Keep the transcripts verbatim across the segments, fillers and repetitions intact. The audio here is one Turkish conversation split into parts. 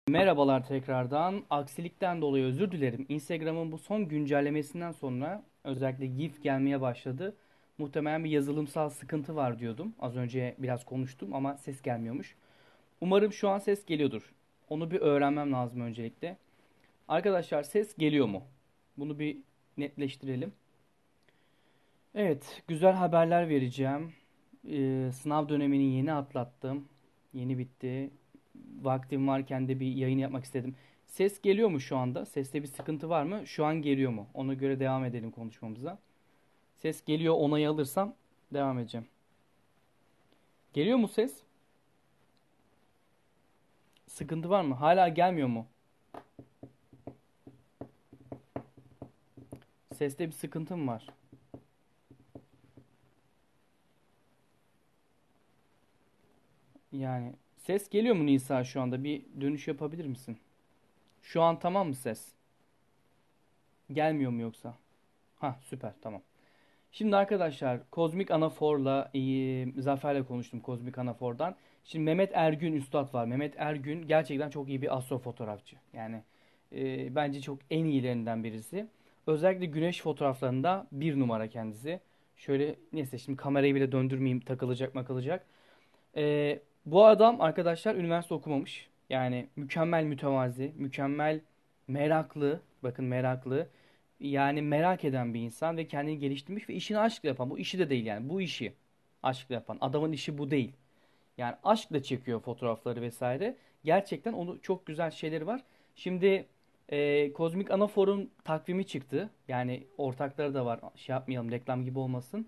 Merhabalar tekrardan. Aksilikten dolayı özür dilerim. Instagram'ın bu son güncellemesinden sonra özellikle GIF gelmeye başladı. Muhtemelen bir yazılımsal sıkıntı var diyordum. Az önce biraz konuştum ama ses gelmiyormuş. Umarım şu an ses geliyordur. Onu bir öğrenmem lazım öncelikle. Arkadaşlar ses geliyor mu? Bunu bir netleştirelim. Evet, güzel haberler vereceğim. Ee, sınav dönemini yeni atlattım. Yeni bitti. Vaktim varken de bir yayın yapmak istedim. Ses geliyor mu şu anda? Seste bir sıkıntı var mı? Şu an geliyor mu? Ona göre devam edelim konuşmamıza. Ses geliyor, onayı alırsam devam edeceğim. Geliyor mu ses? Sıkıntı var mı? Hala gelmiyor mu? Seste bir sıkıntı mı var? Yani ses geliyor mu Nisa şu anda? Bir dönüş yapabilir misin? Şu an tamam mı ses? Gelmiyor mu yoksa? Ha, süper, tamam. Şimdi arkadaşlar Kozmik Anafor'la e, Zafer'le konuştum Kozmik Anafor'dan. Şimdi Mehmet Ergün Üstad var. Mehmet Ergün gerçekten çok iyi bir astrofotoğrafçı. Yani e, bence çok en iyilerinden birisi. Özellikle güneş fotoğraflarında bir numara kendisi. Şöyle neyse şimdi kamerayı bile döndürmeyeyim, takılacak makılacak. E, Bu adam arkadaşlar üniversite okumamış. Yani mükemmel mütevazi, mükemmel meraklı. Bakın meraklı. Yani merak eden bir insan ve kendini geliştirmiş ve işini aşkla yapan. Bu işi de değil yani. Bu işi aşkla yapan. Adamın işi bu değil. Yani aşkla çekiyor fotoğrafları vesaire. Gerçekten onu çok güzel şeyleri var. Şimdi e, Kozmik Anafor'un takvimi çıktı. Yani ortakları da var. Şey yapmayalım, reklam gibi olmasın.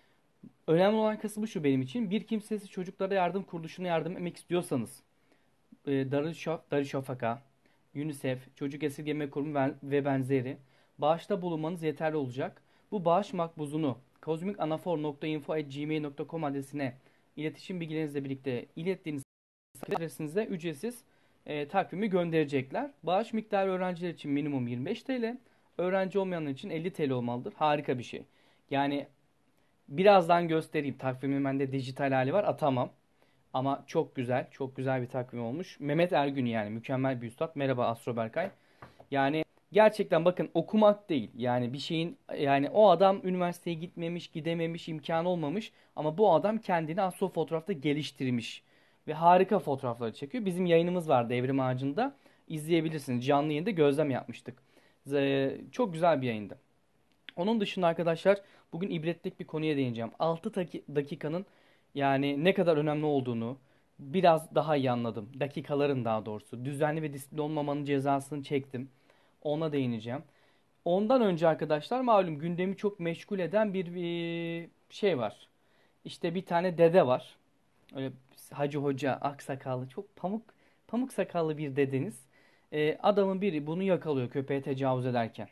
Önemli olan kısmı şu benim için. Bir kimsesiz çocuklara yardım kuruluşuna yardım etmek istiyorsanız e, Darüşşaf- Darüşşafaka, UNICEF, Çocuk Esirgeme Kurumu ve ve benzeri bağışta bulunmanız yeterli olacak. Bu bağış makbuzunu kozmikanafor nokta info at gmail nokta com adresine iletişim bilgilerinizle birlikte ilettiğiniz adresinize ücretsiz e, takvimi gönderecekler. Bağış miktarı öğrenciler için minimum yirmi beş T L, öğrenci olmayanlar için elli T L olmalıdır. Harika bir şey. Yani birazdan göstereyim. Takvimin bende dijital hali var. Atamam. Ama çok güzel. Çok güzel bir takvim olmuş. Mehmet Ergün yani mükemmel bir üstad. Merhaba Astro Berkay. Yani gerçekten bakın okumak değil. Yani bir şeyin yani o adam üniversiteye gitmemiş, gidememiş, imkanı olmamış. Ama bu adam kendini astro fotoğrafta geliştirmiş. Ve harika fotoğrafları çekiyor. Bizim yayınımız vardı Evrim Ağacı'nda. İzleyebilirsiniz. Canlı yayında gözlem yapmıştık. Z- Çok güzel bir yayındı. Onun dışında arkadaşlar bugün ibretlik bir konuya değineceğim. altı dakikanın yani ne kadar önemli olduğunu biraz daha iyi anladım. Dakikaların daha doğrusu. Düzenli ve disiplin olmamanın cezasını çektim. Ona değineceğim. Ondan önce arkadaşlar malum gündemi çok meşgul eden bir, bir şey var. İşte bir tane dede var. Öyle Hacı Hoca aksakallı çok pamuk pamuk sakallı bir dedeniz. Ee, adamın biri bunu yakalıyor köpeğe tecavüz ederken.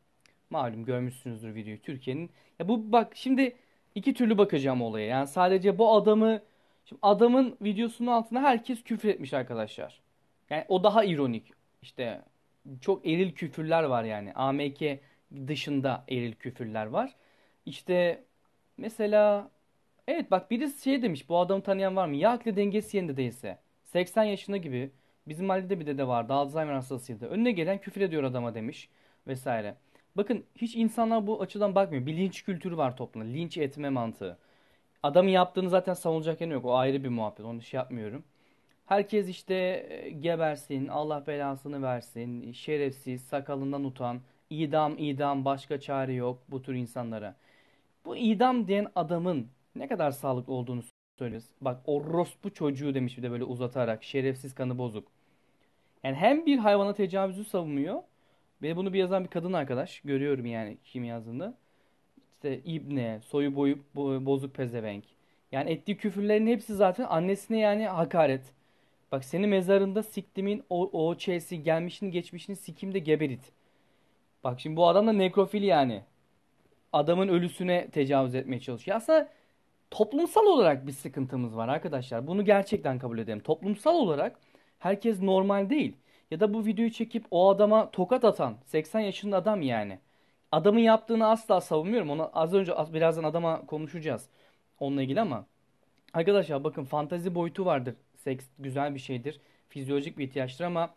Malum görmüşsünüzdür videoyu Türkiye'nin. Ya bu bak şimdi iki türlü bakacağım olaya. Yani sadece bu adamı şimdi adamın videosunun altına herkes küfür etmiş arkadaşlar. Yani o daha ironik. İşte çok eril küfürler var yani. A M K dışında eril küfürler var. İşte mesela evet bak birisi şey demiş. Bu adamı tanıyan var mı? Ya aklı dengesi yerinde değilse. seksen yaşında gibi. Bizim mahallede bir dede vardı. Alzheimer hastasıydı. Önüne gelen küfür ediyor adama demiş. Vesaire. Bakın hiç insanlar bu açıdan bakmıyor. Bir linç kültürü var toplumda. Linç etme mantığı. Adamın yaptığını zaten savunacak yanı yok. O ayrı bir muhabbet. Onu şey yapmıyorum. Herkes işte e, gebersin, Allah belasını versin, şerefsiz, sakalından utan, idam idam başka çare yok bu tür insanlara. Bu idam diyen adamın ne kadar sağlıklı olduğunu söylüyoruz. Bak orospu çocuğu demiş bir de böyle uzatarak, şerefsiz kanı bozuk. Yani hem bir hayvana tecavüzü savunuyor ve bunu bir yazan bir kadın arkadaş. Görüyorum yani kim yazdığını. İşte İbne, soyu boyu bo- bozuk pezevenk. Yani ettiği küfürlerin hepsi zaten annesine yani hakaret. Bak seni mezarında siktimin o, o çeysi gelmişini geçmişini sikimde geberit. Bak şimdi bu adam da nekrofil yani. Adamın ölüsüne tecavüz etmeye çalışıyor. Aslında toplumsal olarak bir sıkıntımız var arkadaşlar. Bunu gerçekten kabul edelim. Toplumsal olarak herkes normal değil. Ya da bu videoyu çekip o adama tokat atan seksen yaşında adam yani. Adamın yaptığını asla savunmuyorum. Onu az önce az- birazdan adama konuşacağız. Onunla ilgili ama arkadaşlar bakın fantezi boyutu vardır. Seks güzel bir şeydir. Fizyolojik bir ihtiyaçtır ama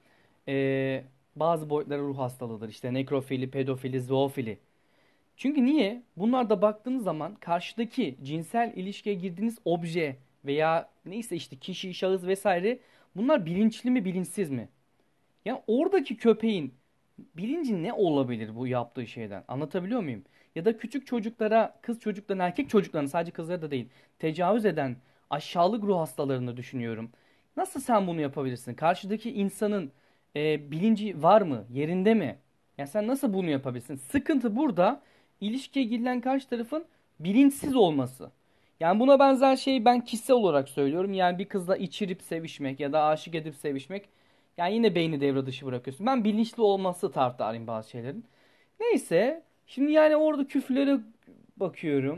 e, bazı boyutları ruh hastalığıdır. İşte nekrofili, pedofili, zoofili. Çünkü niye? Bunlar da baktığınız zaman karşıdaki cinsel ilişkiye girdiğiniz obje veya neyse işte kişi, şahıs vesaire bunlar bilinçli mi bilinçsiz mi? Yani oradaki köpeğin bilinci ne olabilir bu yaptığı şeyden? Anlatabiliyor muyum? Ya da küçük çocuklara, kız çocuklarına, erkek çocuklarına sadece kızlara da değil, tecavüz eden aşağılık ruh hastalarını düşünüyorum. Nasıl sen bunu yapabilirsin? Karşıdaki insanın e, bilinci var mı? Yerinde mi? Yani sen nasıl bunu yapabilirsin? Sıkıntı burada ilişkiye girilen karşı tarafın bilinçsiz olması. Yani buna benzer şeyi ben kişisel olarak söylüyorum. Yani bir kızla içirip sevişmek ya da aşık edip sevişmek. Yani yine beyni devre dışı bırakıyorsun. Ben bilinçli olması taraftarıyım bazı şeylerin. Neyse. Şimdi yani orada küfürlere bakıyorum.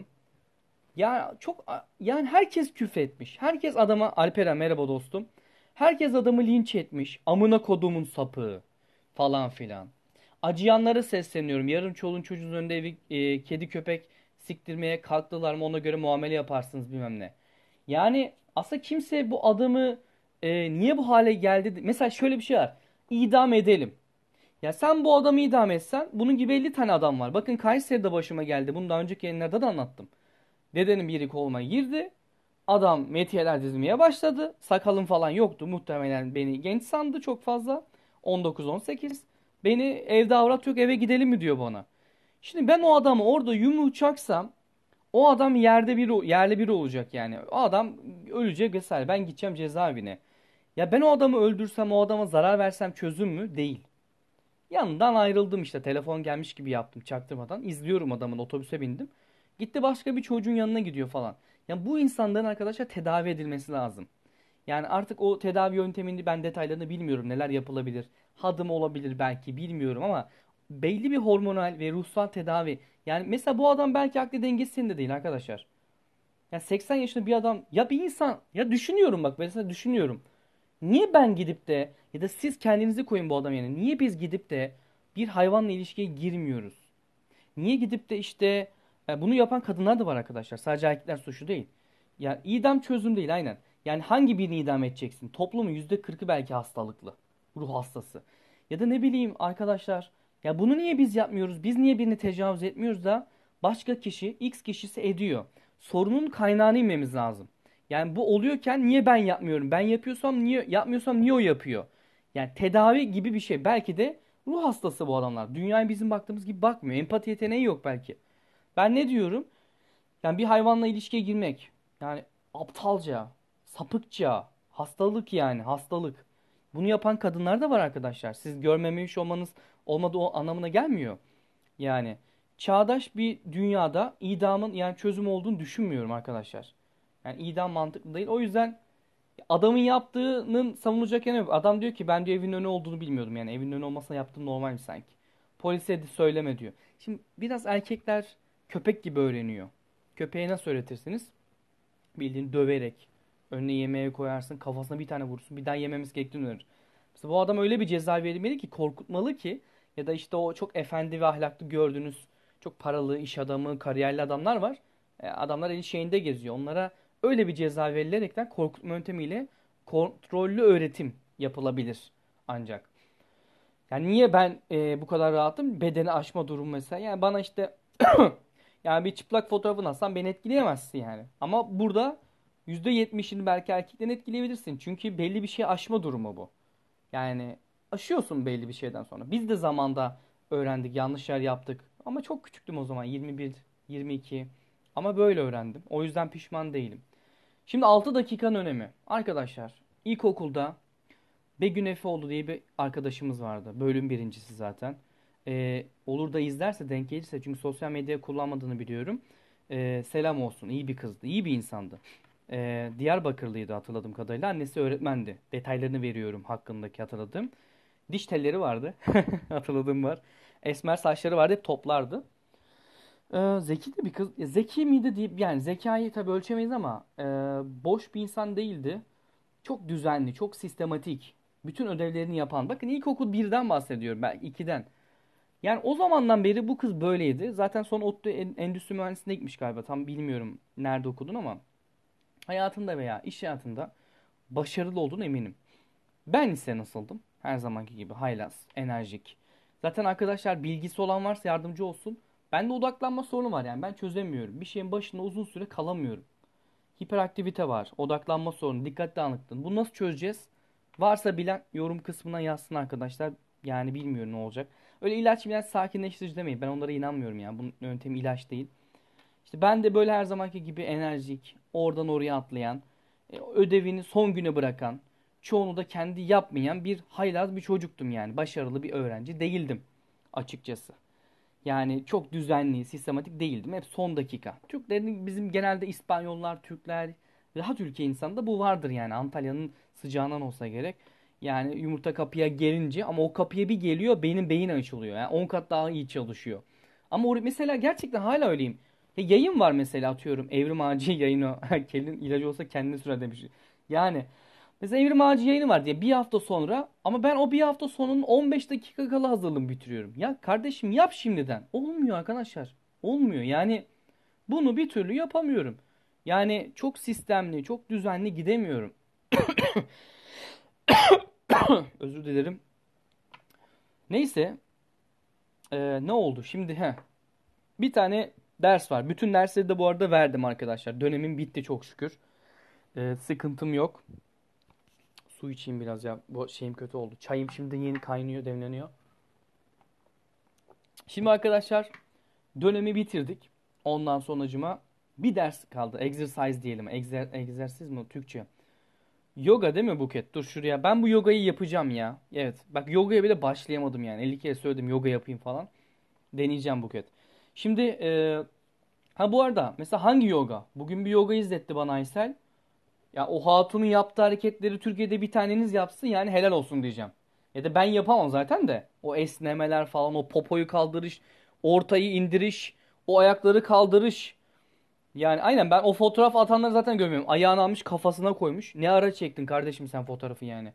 Ya çok yani herkes küfretmiş. Herkes adama Alperen merhaba dostum. Herkes adamı linç etmiş. Amına kodumun sapığı falan filan. Acıyanlara sesleniyorum. Yarın çoluğun çocuğun önünde evi e, kedi köpek siktirmeye kalktılar mı ona göre muamele yaparsınız bilmem ne. Yani aslında kimse bu adamı e, niye bu hale geldi? Mesela şöyle bir şey var. İdam edelim. Ya sen bu adamı idam etsen bunun gibi elli tane adam var. Bakın Kayseri'de başıma geldi. Bunu daha önceki yayınlarda da anlattım. Dedenin biri koluma girdi. Adam metiyeler dizmeye başladı. Sakalım falan yoktu. Muhtemelen beni genç sandı çok fazla. on dokuz on sekiz. Beni evde avrat yok eve gidelim mi diyor bana. Şimdi ben o adamı orada yumruğacaksam o adam yerde biri yerli biri olacak yani. O adam ölecek vesaire. Ben gideceğim cezaevine. Ya ben o adamı öldürsem o adama zarar versem çözüm mü? Değil. Yanından ayrıldım işte. Telefon gelmiş gibi yaptım çaktırmadan. İzliyorum adamın otobüse bindim. Gitti başka bir çocuğun yanına gidiyor falan. Yani bu insanların arkadaşlar tedavi edilmesi lazım. Yani artık o tedavi yöntemini ben detaylarını bilmiyorum. Neler yapılabilir? Hadım olabilir belki bilmiyorum ama belli bir hormonal ve ruhsal tedavi. Yani mesela bu adam belki akli dengesinde değil arkadaşlar. Ya seksen yaşında bir adam ya bir insan ya düşünüyorum bak mesela düşünüyorum. Niye ben gidip de ya da siz kendinizi koyun bu adam yerine. Niye biz gidip de bir hayvanla ilişkiye girmiyoruz? Niye gidip de işte e, bunu yapan kadınlar da var arkadaşlar. Sadece erkekler suçlu değil. Yani idam çözüm değil aynen. Yani hangi birini idam edeceksin? Toplumun yüzde kırkı belki hastalıklı. Ruh hastası. Ya da ne bileyim arkadaşlar. Ya bunu niye biz yapmıyoruz? Biz niye birini tecavüz etmiyoruz da başka kişi X kişisi ediyor. Sorunun kaynağını inmemiz lazım. Yani bu oluyorken niye ben yapmıyorum? Ben yapıyorsam niye yapmıyorsam niye o yapıyor? Yani tedavi gibi bir şey. Belki de ruh hastası bu adamlar. Dünyaya bizim baktığımız gibi bakmıyor. Empati yeteneği yok belki. Ben ne diyorum? Yani bir hayvanla ilişkiye girmek. Yani aptalca, sapıkça, hastalık yani hastalık. Bunu yapan kadınlar da var arkadaşlar. Siz görmemiş olmanız olmadığı o anlamına gelmiyor. Yani çağdaş bir dünyada idamın yani çözüm olduğunu düşünmüyorum arkadaşlar. Yani idam mantıklı değil. O yüzden adamın yaptığının savunulacak yanı yok. Adam diyor ki ben diyor evin önü olduğunu bilmiyordum yani. Evin önü olmasına yaptığım normalmiş sanki. Polise de söyleme diyor. Şimdi biraz erkekler köpek gibi öğreniyor. Köpeğe nasıl öğretirsiniz? Bildiğin döverek. Önüne yemeğe koyarsın kafasına bir tane vurursun. Bir daha yememiz gerektiğini öğrenir. Mesela bu adam öyle bir ceza verilmeli ki korkutmalı ki ya da işte o çok efendi ve ahlaklı gördüğünüz çok paralı iş adamı, kariyerli adamlar var. E, adamlar el şeyinde geziyor. Onlara öyle bir ceza verilerekten korkutma yöntemiyle kontrollü öğretim yapılabilir ancak. Yani niye ben e, bu kadar rahatım? Bedeni aşma durum mesela. Yani bana işte yani bir çıplak fotoğrafını atsan beni etkileyemezsin yani. Ama burada yüzde yetmişini belki erkekten etkileyebilirsin. Çünkü belli bir şey aşma durumu bu. Yani aşıyorsun belli bir şeyden sonra. Biz de zamanda öğrendik, yanlışlar yaptık. Ama çok küçüktüm o zaman, yirmi bir, yirmi iki. Ama böyle öğrendim. O yüzden pişman değilim. Şimdi altı dakikanın önemi. Arkadaşlar, ilkokulda Begün Efeoğlu diye bir arkadaşımız vardı. Bölüm birincisi zaten. Ee, olur da izlerse, denk gelirse çünkü sosyal medya kullanmadığını biliyorum. Ee, selam olsun. İyi bir kızdı, iyi bir insandı. Ee, Diyarbakırlıydı hatırladığım kadarıyla. Annesi öğretmendi. Detaylarını veriyorum hakkındaki hatırladığım. Diş telleri vardı. Hatırladığım var. Esmer saçları vardı. Hep toplardı. Ee, zeki de bir kız. Ya zeki miydi diye yani zekayı tabii ölçemeyiz ama e, boş bir insan değildi. Çok düzenli, çok sistematik. Bütün ödevlerini yapan. Bakın ilkokul birden bahsediyorum ben ikiden. Yani o zamandan beri bu kız böyleydi. Zaten sonra ODTÜ Endüstri Mühendisliğine gitmiş galiba. Tam bilmiyorum nerede okudun ama hayatında veya iş hayatında başarılı olduğunu eminim. Ben ise nasıldım? Her zamanki gibi haylaz, enerjik. Zaten arkadaşlar bilgisi olan varsa yardımcı olsun. Bende odaklanma sorunu var yani ben çözemiyorum. Bir şeyin başında uzun süre kalamıyorum. Hiperaktivite var, odaklanma sorunu, dikkat dağınıklığı. Bunu nasıl çözeceğiz? Varsa bilen yorum kısmına yazsın arkadaşlar. Yani bilmiyorum ne olacak. Öyle ilaç ilaç sakinleştirici demeyin. Ben onlara inanmıyorum yani. Bunun yöntemi ilaç değil. İşte ben de böyle her zamanki gibi enerjik, oradan oraya atlayan, e, ödevini son güne bırakan, çoğunu da kendi yapmayan bir haylaz bir çocuktum yani. Başarılı bir öğrenci değildim açıkçası. Yani çok düzenli, sistematik değildim. Hep son dakika. Türklerin bizim genelde İspanyollar, Türkler, rahat ülke insanda bu vardır yani. Antalya'nın sıcağından olsa gerek. Yani yumurta kapıya gelince ama o kapıya bir geliyor benim beyin açılıyor. Yani on kat daha iyi çalışıyor. Ama mesela gerçekten hala öyleyim. Ya yayın var mesela atıyorum. Evrim Ağacı yayını. Kelin ilacı olsa kendine sürer demiş. Yani mesela Evrim Ağacı yayını var diye bir hafta sonra ama ben o bir hafta sonunun on beş dakika kala hazırlığımı bitiriyorum. Ya kardeşim yap şimdiden. Olmuyor arkadaşlar. Olmuyor. Yani bunu bir türlü yapamıyorum. Yani çok sistemli, çok düzenli gidemiyorum. Özür dilerim. Neyse, e, ne oldu? Şimdi he. Bir tane ders var. Bütün dersleri de bu arada verdim arkadaşlar. Dönemim bitti çok şükür. E, sıkıntım yok. Su içeyim biraz ya. Bu şeyim kötü oldu. Çayım şimdi yeni kaynıyor, demleniyor. Şimdi arkadaşlar dönemi bitirdik. Ondan sonracıma bir ders kaldı. Exercise diyelim. Egzer, egzersiz mi Türkçe? Yoga değil mi Buket? Dur şuraya. Ben bu yogayı yapacağım ya. Evet. Bak yogaya bile başlayamadım yani. elli kere söyledim yoga yapayım falan. Deneyeceğim Buket. Şimdi e, ha bu arada mesela hangi yoga? Bugün bir yoga izletti bana Aysel. Ya o hatunun yaptığı hareketleri Türkiye'de bir taneniz yapsın yani helal olsun diyeceğim. Ya da ben yapamam zaten de. O esnemeler falan, o popoyu kaldırış, ortayı indiriş, o ayakları kaldırış. Yani aynen ben o fotoğraf atanları zaten görmüyorum. Ayağını almış kafasına koymuş. Ne ara çektin kardeşim sen fotoğrafı yani.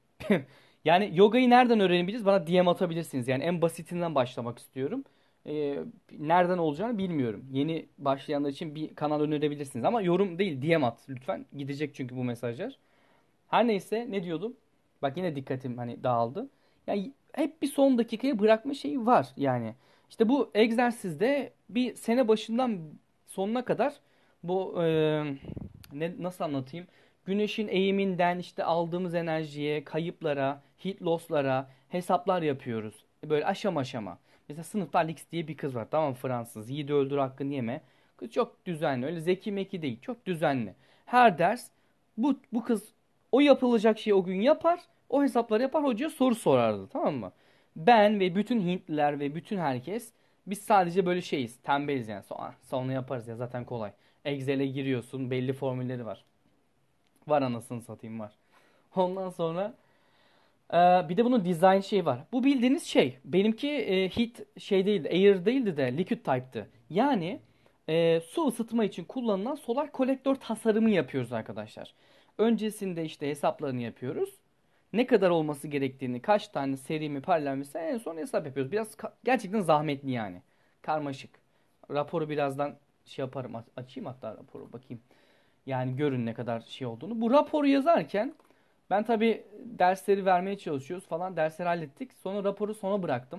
Yani yogayı nereden öğrenebiliriz? Bana D M atabilirsiniz. Yani en basitinden başlamak istiyorum. Ee, nereden olacağını bilmiyorum. Yeni başlayanlar için bir kanal önerebilirsiniz. Ama yorum değil D M at lütfen. Gidecek çünkü bu mesajlar. Her neyse ne diyordum? Bak yine dikkatim hani dağıldı. Yani hep bir son dakikaya bırakma şeyi var yani. İşte bu egzersizde bir sene başından sonuna kadar bu e, ne nasıl anlatayım? Güneşin eğiminden işte aldığımız enerjiye, kayıplara, heat loss'lara hesaplar yapıyoruz. Böyle aşama aşama. Mesela sınıfta Alex diye bir kız var tamam mı? Fransız. Yiğidi öldür hakkını yeme. Kız çok düzenli. Öyle zeki meki değil. Çok düzenli. Her ders bu, bu kız o yapılacak şeyi o gün yapar. O hesapları yapar hocaya soru sorardı tamam mı? Ben ve bütün Hintliler ve bütün herkes biz sadece böyle şeyiz. Tembeliz yani. Sonra, sonra yaparız ya zaten kolay. Excel'e giriyorsun belli formülleri var. Var anasını satayım var. Ondan sonra e, bir de bunun design şeyi var. Bu bildiğiniz şey. Benimki e, heat şey değildi. Air değildi de liquid type'tı. Yani e, su ısıtma için kullanılan solar kolektör tasarımı yapıyoruz arkadaşlar. Öncesinde işte hesaplarını yapıyoruz. Ne kadar olması gerektiğini, kaç tane seri mi paralel mi en son hesap yapıyoruz. Biraz ka- gerçekten zahmetli yani. Karmaşık. Raporu birazdan şey yaparım. aç- Açayım hatta raporu bakayım. Yani görün ne kadar şey olduğunu. Bu raporu yazarken ben tabii dersleri vermeye çalışıyoruz falan. Dersleri hallettik. Sonra raporu sona bıraktım.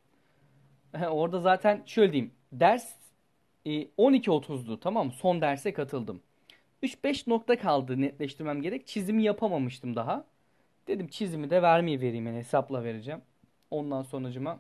Orada zaten şöyle diyeyim. Ders e, on iki otuzdu tamam mı? Son derse katıldım. üç beş nokta kaldı netleştirmem gerek. Çizimi yapamamıştım daha. Dedim çizimi de vermeyi vereyim yani hesapla vereceğim. Ondan sonucuma.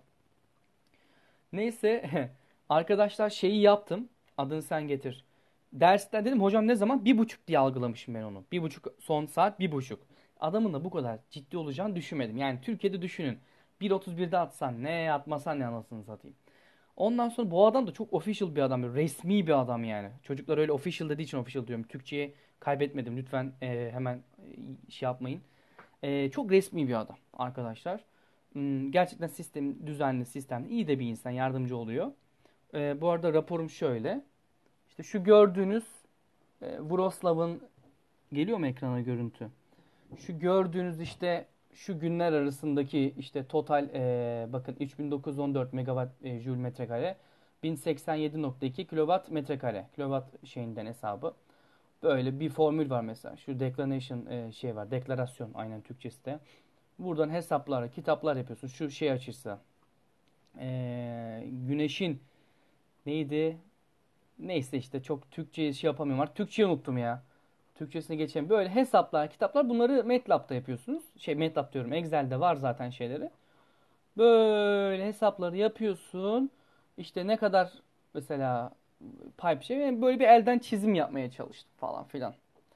Neyse arkadaşlar şeyi yaptım. Adını sen getir. Dersten dedim hocam ne zaman? Bir buçuk diye algılamışım ben onu. Bir buçuk son saat bir buçuk. Adamın da bu kadar ciddi olacağını düşünmedim. Yani Türkiye'de düşünün. bir otuz birde atsan ne atmasan ne anasını satayım. Ondan sonra bu adam da çok official bir adam. Böyle resmi bir adam yani. Çocuklar öyle official dediği için official diyorum. Türkçeyi kaybetmedim. Lütfen e, hemen e, şey yapmayın. Ee, çok resmi bir adam arkadaşlar. Hmm, gerçekten sistem düzenli, sistemli, iyi de bir insan, yardımcı oluyor. Ee, bu arada raporum şöyle. İşte şu gördüğünüz e, Vroslav'ın geliyor mu ekrana görüntü? Şu gördüğünüz işte şu günler arasındaki işte total e, bakın üç bin dokuz yüz on dört megawatt e, joule metrekare bin seksen yedi nokta iki kilowatt metrekare kilowatt şeyinden hesabı. Böyle bir formül var mesela. Şu declaration e, şey var. Deklarasyon aynen Türkçesi de. Buradan hesaplar, kitaplar yapıyorsun. Şu şey açırsa. Ee, güneşin neydi? Neyse işte çok Türkçe şey yapamıyorum. Artık Türkçeyi unuttum ya. Türkçesine geçeyim. Böyle hesaplar, kitaplar bunları MATLAB'da yapıyorsunuz. Şey MATLAB diyorum. Excel'de var zaten şeyleri. Böyle hesapları yapıyorsun. İşte ne kadar mesela pipe şey. Yani böyle bir elden çizim yapmaya çalıştım falan filan.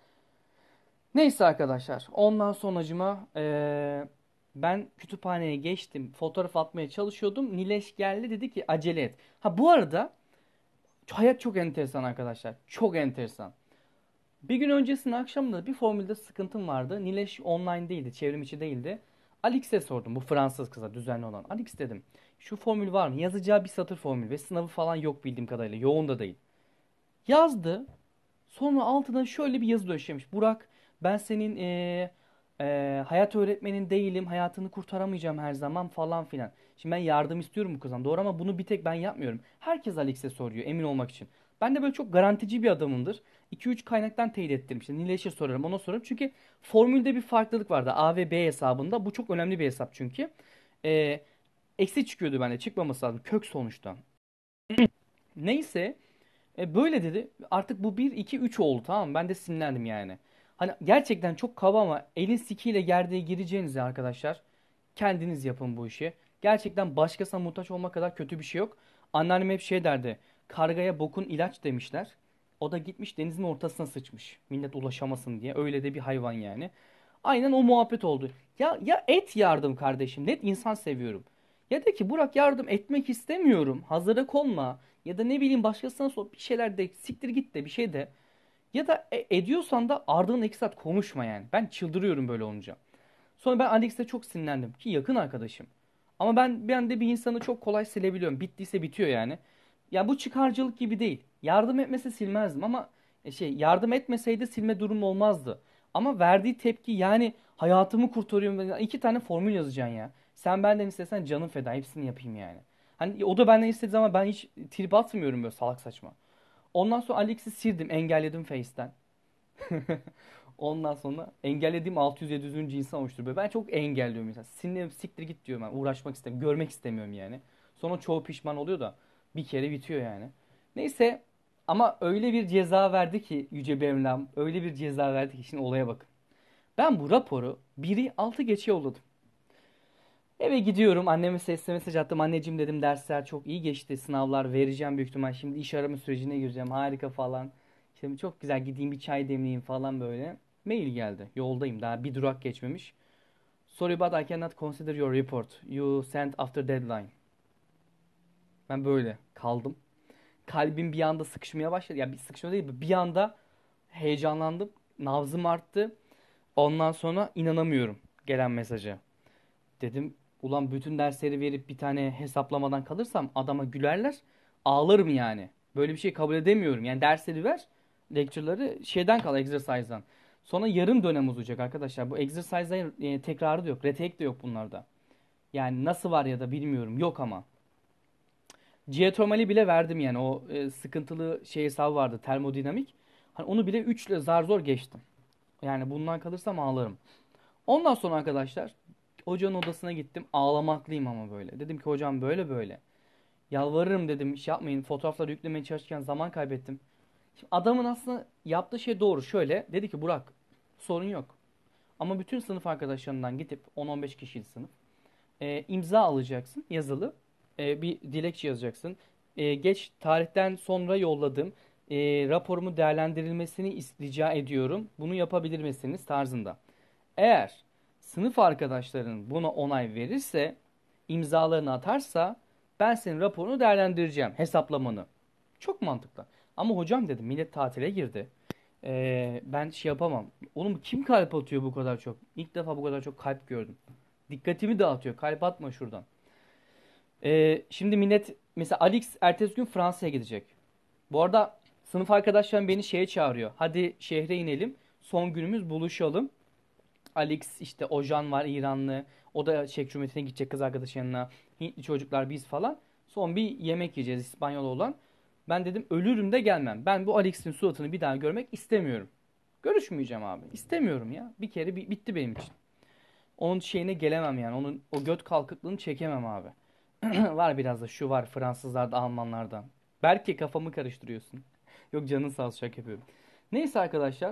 Neyse arkadaşlar. Ondan sonracıma eee, ben kütüphaneye geçtim. Fotoğraf atmaya çalışıyordum. Nileş geldi dedi ki acele et. Ha bu arada hayat çok enteresan arkadaşlar. Çok enteresan. Bir gün öncesinin akşamında bir formülde sıkıntım vardı. Nileş online değildi, çevrim içi değildi. Alix'e sordum, bu Fransız kıza düzenli olan. Alix dedim, şu formül var mı? Yazacağı bir satır formül ve sınavı falan yok bildiğim kadarıyla. Yoğun da değil. Yazdı. Sonra altına şöyle bir yazı döşemiş. Burak, ben senin eee, eee, hayat öğretmenin değilim. Hayatını kurtaramayacağım her zaman falan filan. Şimdi ben yardım istiyorum bu kızdan. Doğru ama bunu bir tek ben yapmıyorum. Herkes Alex'e soruyor emin olmak için. Ben de böyle çok garantici bir adamımdır. iki üç kaynaktan teyit ettim. İşte Nileş'e sorarım, ona sorarım. Çünkü formülde bir farklılık vardı. A ve B hesabında. Bu çok önemli bir hesap çünkü. Eee, eksi çıkıyordu bende. Çıkmaması lazım. Kök sonuçta. Neyse. E böyle dedi. Artık bu bir iki üç oldu, tamam mı? Ben de sinirlendim yani. Hani gerçekten çok kaba ama elin sikiyle gerdeğe gireceğinize arkadaşlar kendiniz yapın bu işi. Gerçekten başkasına muhtaç olmak kadar kötü bir şey yok. Anneannem hep şey derdi. Kargaya bokun ilaç demişler. O da gitmiş denizin ortasına sıçmış. Millet ulaşamasın diye. Öyle de bir hayvan yani. Aynen o muhabbet oldu. Ya ya et yardım kardeşim. Net insan seviyorum. Ya de ki Burak yardım etmek istemiyorum. Hazıra konma. Ya da ne bileyim başkasına sor. Bir şeyler de siktir git de bir şey de. Ya da e- ediyorsan da ardından iki saat konuşma yani. Ben çıldırıyorum böyle olunca. Sonra ben Alex'e çok sinirlendim ki yakın arkadaşım. Ama ben ben de bir insanı çok kolay silebiliyorum. Bittiyse bitiyor yani. Ya bu çıkarcılık gibi değil. Yardım etmese silmezdim ama e, şey yardım etmeseydi silme durumu olmazdı. Ama verdiği tepki yani hayatımı kurtarıyorum. İki tane formül yazacaksın ya. Sen benden istesen canım feda hepsini yapayım yani. Hani o da benden istediği zaman ben hiç trip atmıyorum böyle salak saçma. Ondan sonra Alex'i sildim, engelledim Face'ten. Ondan sonra engellediğim altı yüz yedi yüz. insan oluştur böyle. Ben çok engelliyorum mesela. Sinirlerim siktir git diyorum ben. Uğraşmak istemiyorum. Görmek istemiyorum yani. Sonra çoğu pişman oluyor da bir kere bitiyor yani. Neyse ama öyle bir ceza verdi ki Yüce Mevlam öyle bir ceza verdi ki şimdi olaya bakın. Ben bu raporu biri altı geçe yolladım. Eve gidiyorum. Anneme sesli mesaj attım. Anneciğim dedim dersler çok iyi geçti. Sınavlar vereceğim büyük ihtimal. Şimdi iş arama sürecine gireceğim. Harika falan. Şimdi çok güzel gideyim bir çay demleyeyim falan böyle. Mail geldi. Yoldayım. Daha bir durak geçmemiş. Sorry but I cannot consider your report. You sent after deadline. Ben böyle kaldım. Kalbim bir anda sıkışmaya başladı. Ya bir sıkışma değil, bir anda heyecanlandım. Nabzım arttı. Ondan sonra inanamıyorum gelen mesaja. Dedim ulan bütün dersleri verip bir tane hesaplamadan kalırsam adama gülerler. Ağlarım yani. Böyle bir şey kabul edemiyorum. Yani dersleri ver. Lecture'ları şeyden kal, exercise'dan. Sonra yarım dönem uzayacak arkadaşlar. Bu exercise'ların e, tekrarı da yok. Retake de yok bunlarda. Yani nasıl var ya da bilmiyorum. Yok ama. Geotermali bile verdim yani. O e, sıkıntılı şey hesabı vardı. Termodinamik. Hani onu bile üç ile zar zor geçtim. Yani bundan kalırsam ağlarım. Ondan sonra arkadaşlar hocanın odasına gittim. Ağlamaklıyım ama böyle. Dedim ki hocam böyle böyle. Yalvarırım dedim. Şey yapmayın. Fotoğrafları yüklemeye çalışırken zaman kaybettim. Şimdi adamın aslında yaptığı şey doğru. Şöyle dedi ki Burak sorun yok. Ama bütün sınıf arkadaşlarından gidip on on beş kişilik sınıf e, imza alacaksın yazılı. E, bir dilekçe yazacaksın. E, geç tarihten sonra yolladığım e, raporumu değerlendirilmesini is- rica ediyorum. Bunu yapabilir misiniz tarzında. Eğer sınıf arkadaşların buna onay verirse, imzalarını atarsa ben senin raporunu değerlendireceğim, hesaplamanı. Çok mantıklı. Ama hocam dedim millet tatile girdi. Ee, ben şey yapamam. Oğlum kim kalp atıyor bu kadar çok? İlk defa bu kadar çok kalp gördüm. Dikkatimi dağıtıyor. Kalp atma şuradan. Ee, şimdi millet mesela Alex ertesi gün Fransa'ya gidecek. Bu arada sınıf arkadaşlarım beni şeye çağırıyor. Hadi şehre inelim. Son günümüz buluşalım. Alex işte Ojan var İranlı. O da Çek Cumhuriyeti'ne gidecek kız arkadaşı yanına. Hintli çocuklar biz falan. Son bir yemek yiyeceğiz İspanyol olan. Ben dedim ölürüm de gelmem. Ben bu Alex'in suratını bir daha görmek istemiyorum. Görüşmeyeceğim abi. İstemiyorum ya. Bir kere bi- bitti benim için. Onun şeyine gelemem yani. Onun o göt kalkıklığını çekemem abi. Var biraz da şu var Fransızlarda, Almanlarda. Belki kafamı karıştırıyorsun. Yok canın sağ olsun, şaka yapıyorum. Neyse arkadaşlar.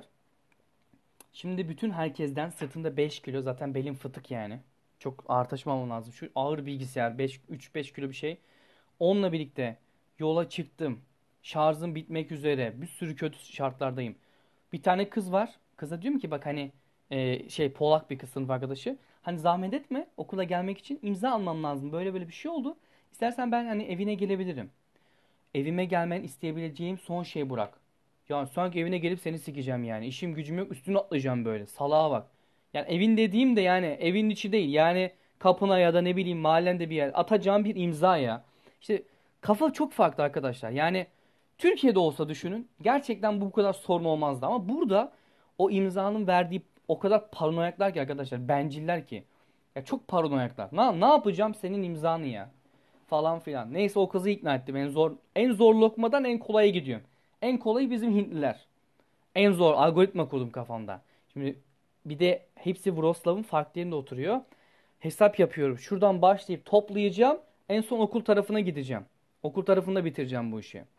Şimdi bütün herkesten sırtımda beş kilo, zaten belim fıtık yani. Çok ağır taşımamam lazım. Şu ağır bilgisayar beş üç beş kilo bir şey. Onunla birlikte yola çıktım. Şarjım bitmek üzere. Bir sürü kötü şartlardayım. Bir tane kız var. Kıza diyorum ki bak hani e, şey Polak bir kız, sınıf arkadaşı. Hani zahmet etme, okula gelmek için imza almam lazım. Böyle böyle bir şey oldu. İstersen ben hani evine gelebilirim. Evime gelmen isteyebileceğim son şey Burak. Ya sanki evine gelip seni sikeceğim yani. İşim gücüm yok, üstüne atlayacağım böyle. Salağa bak. Yani evin dediğim de yani evin içi değil. Yani kapına ya da ne bileyim mahallende bir yer. Atacağım bir imza ya. İşte kafa çok farklı arkadaşlar. Yani Türkiye'de olsa düşünün. Gerçekten bu bu kadar sorun olmazdı. Ama burada o imzanın verdiği o kadar paranoyaklar ki arkadaşlar. Benciller ki. Ya çok paranoyaklar. Ne, ne yapacağım senin imzanı ya? Falan filan. Neyse o kızı ikna ettim. En zor en zor lokmadan en kolaya gidiyorum. En kolayı bizim Hintliler. En zor algoritma kurdum kafamda. Şimdi bir de hepsi Wrocław'ın farklı yerinde oturuyor. Hesap yapıyorum. Şuradan başlayıp toplayacağım. En son okul tarafına gideceğim. Okul tarafında bitireceğim bu işi.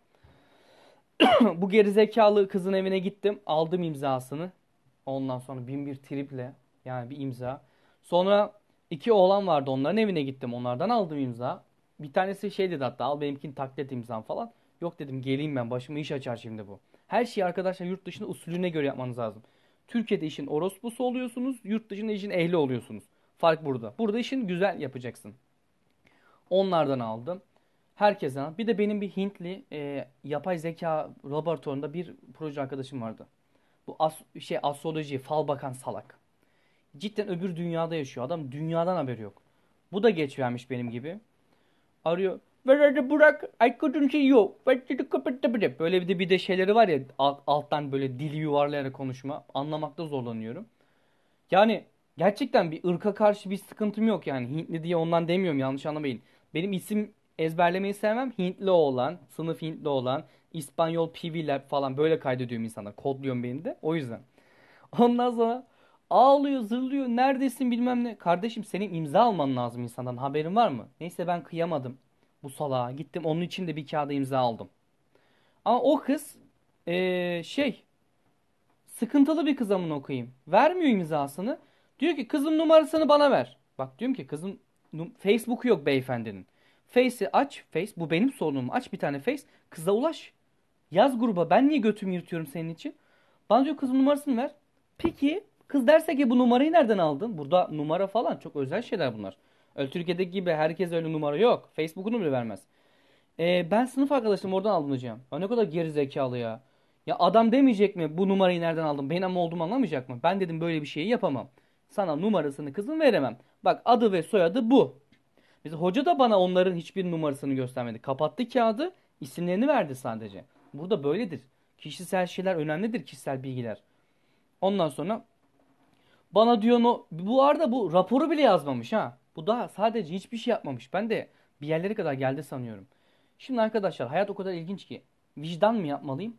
Bu gerizekalı kızın evine gittim. Aldım imzasını. Ondan sonra bin bir triple yani bir imza. Sonra iki oğlan vardı, onların evine gittim. Onlardan aldım imza. Bir tanesi şey dedi hatta, al benimkini taklit et imzam falan. Yok dedim, geleyim ben, başıma iş açar şimdi bu. Her şeyi arkadaşlar yurt dışında usulüne göre yapmanız lazım. Türkiye'de işin orospusu oluyorsunuz. Yurt dışında işin ehli oluyorsunuz. Fark burada. Burada işin güzel yapacaksın. Onlardan aldım. Herkesten aldım. Bir de benim bir Hintli e, yapay zeka laboratuvarında bir proje arkadaşım vardı. Bu as şey astroloji, fal bakan salak. Cidden öbür dünyada yaşıyor. Adam dünyadan haberi yok. Bu da geç vermiş benim gibi. Arıyor. Where are the Burak? I couldn't see you. Böyle bir de bir de şeyleri var ya, alt- alttan böyle dili yuvarlayarak konuşma. Anlamakta zorlanıyorum. Yani gerçekten bir ırka karşı bir sıkıntım yok yani. Hintli diye ondan demiyorum, yanlış anlamayın. Benim isim ezberlemeyi sevmem. Hintli olan, sınıf Hintli olan, İspanyol P V Lab falan böyle kaydediyorum insanlar. Kodluyorum beni de. O yüzden. Ondan sonra ağlıyor, zırlıyor. Neredesin bilmem ne. Kardeşim senin imza alman lazım insandan. Haberin var mı? Neyse ben kıyamadım bu salağa. Gittim onun için de bir kağıda imza aldım. Ama o kız eee, şey sıkıntılı bir kız, amına koyayım. Vermiyor imzasını. Diyor ki kızın numarasını bana ver. Bak diyorum ki kızın num- Facebook'u yok beyefendinin. Face'i aç. Face bu benim sorunum. Aç bir tane Face. Kıza ulaş. Yaz gruba. Ben niye götümü yırtıyorum senin için? Bana diyor kızın numarasını ver. Peki kız derse ki bu numarayı nereden aldın? Burada numara falan çok özel şeyler bunlar. Öyle Türkiye'deki gibi herkes öyle numara yok. Facebook'unu bile vermez. Ee, ben sınıf arkadaşım oradan aldım hocam. Ya ne kadar geri zekalı ya. Ya adam demeyecek mi bu numarayı nereden aldın? Benim olduğumu anlamayacak mı? Ben dedim böyle bir şeyi yapamam. Sana numarasını kızın veremem. Bak adı ve soyadı bu. Mesela hoca da bana onların hiçbir numarasını göstermedi. Kapattı kağıdı, isimlerini verdi sadece. Burada böyledir. Kişisel şeyler önemlidir, kişisel bilgiler. Ondan sonra bana diyor no, bu arada bu raporu bile yazmamış ha. Bu daha sadece hiçbir şey yapmamış. Ben de bir yerlere kadar geldi sanıyorum. Şimdi arkadaşlar hayat o kadar ilginç ki. Vicdan mı yapmalıyım?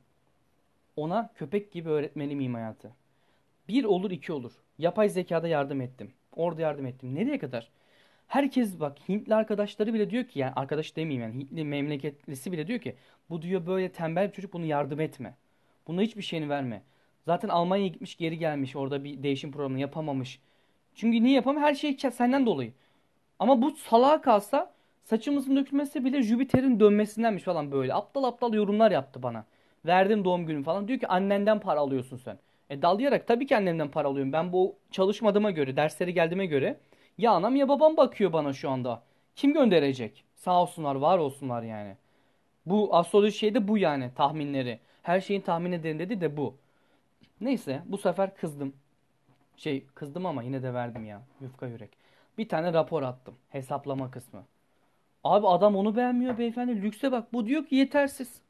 Ona köpek gibi öğretmeli miyim hayatı? Bir olur iki olur. Yapay zekada yardım ettim. Orada yardım ettim. Nereye kadar? Herkes bak Hintli arkadaşları bile diyor ki, yani arkadaş demeyeyim yani Hintli memleketlisi bile diyor ki bu diyor böyle tembel bir çocuk, bunu yardım etme. Buna hiçbir şeyini verme. Zaten Almanya'ya gitmiş geri gelmiş, orada bir değişim programını yapamamış. Çünkü niye yapamıyor? Her şey senden dolayı. Ama bu salağa kalsa saçımızın dökülmesi bile Jüpiter'in dönmesindenmiş falan böyle. Aptal aptal yorumlar yaptı bana. Verdim doğum günüm falan. Diyor ki annenden para alıyorsun sen. E dalayarak tabii ki annemden para alıyorum. Ben bu çalışmadığıma göre, derslere geldiğime göre ya anam ya babam bakıyor bana şu anda. Kim gönderecek? Sağ olsunlar, var olsunlar yani. Bu astroloji şeyde bu yani tahminleri. Her şeyin tahmin ederim dedi de bu. Neyse bu sefer kızdım. Şey kızdım ama yine de verdim ya. Yufka yürek. Bir tane rapor attım. Hesaplama kısmı. Abi adam onu beğenmiyor beyefendi. Lükse bak. Bu diyor ki yetersiz.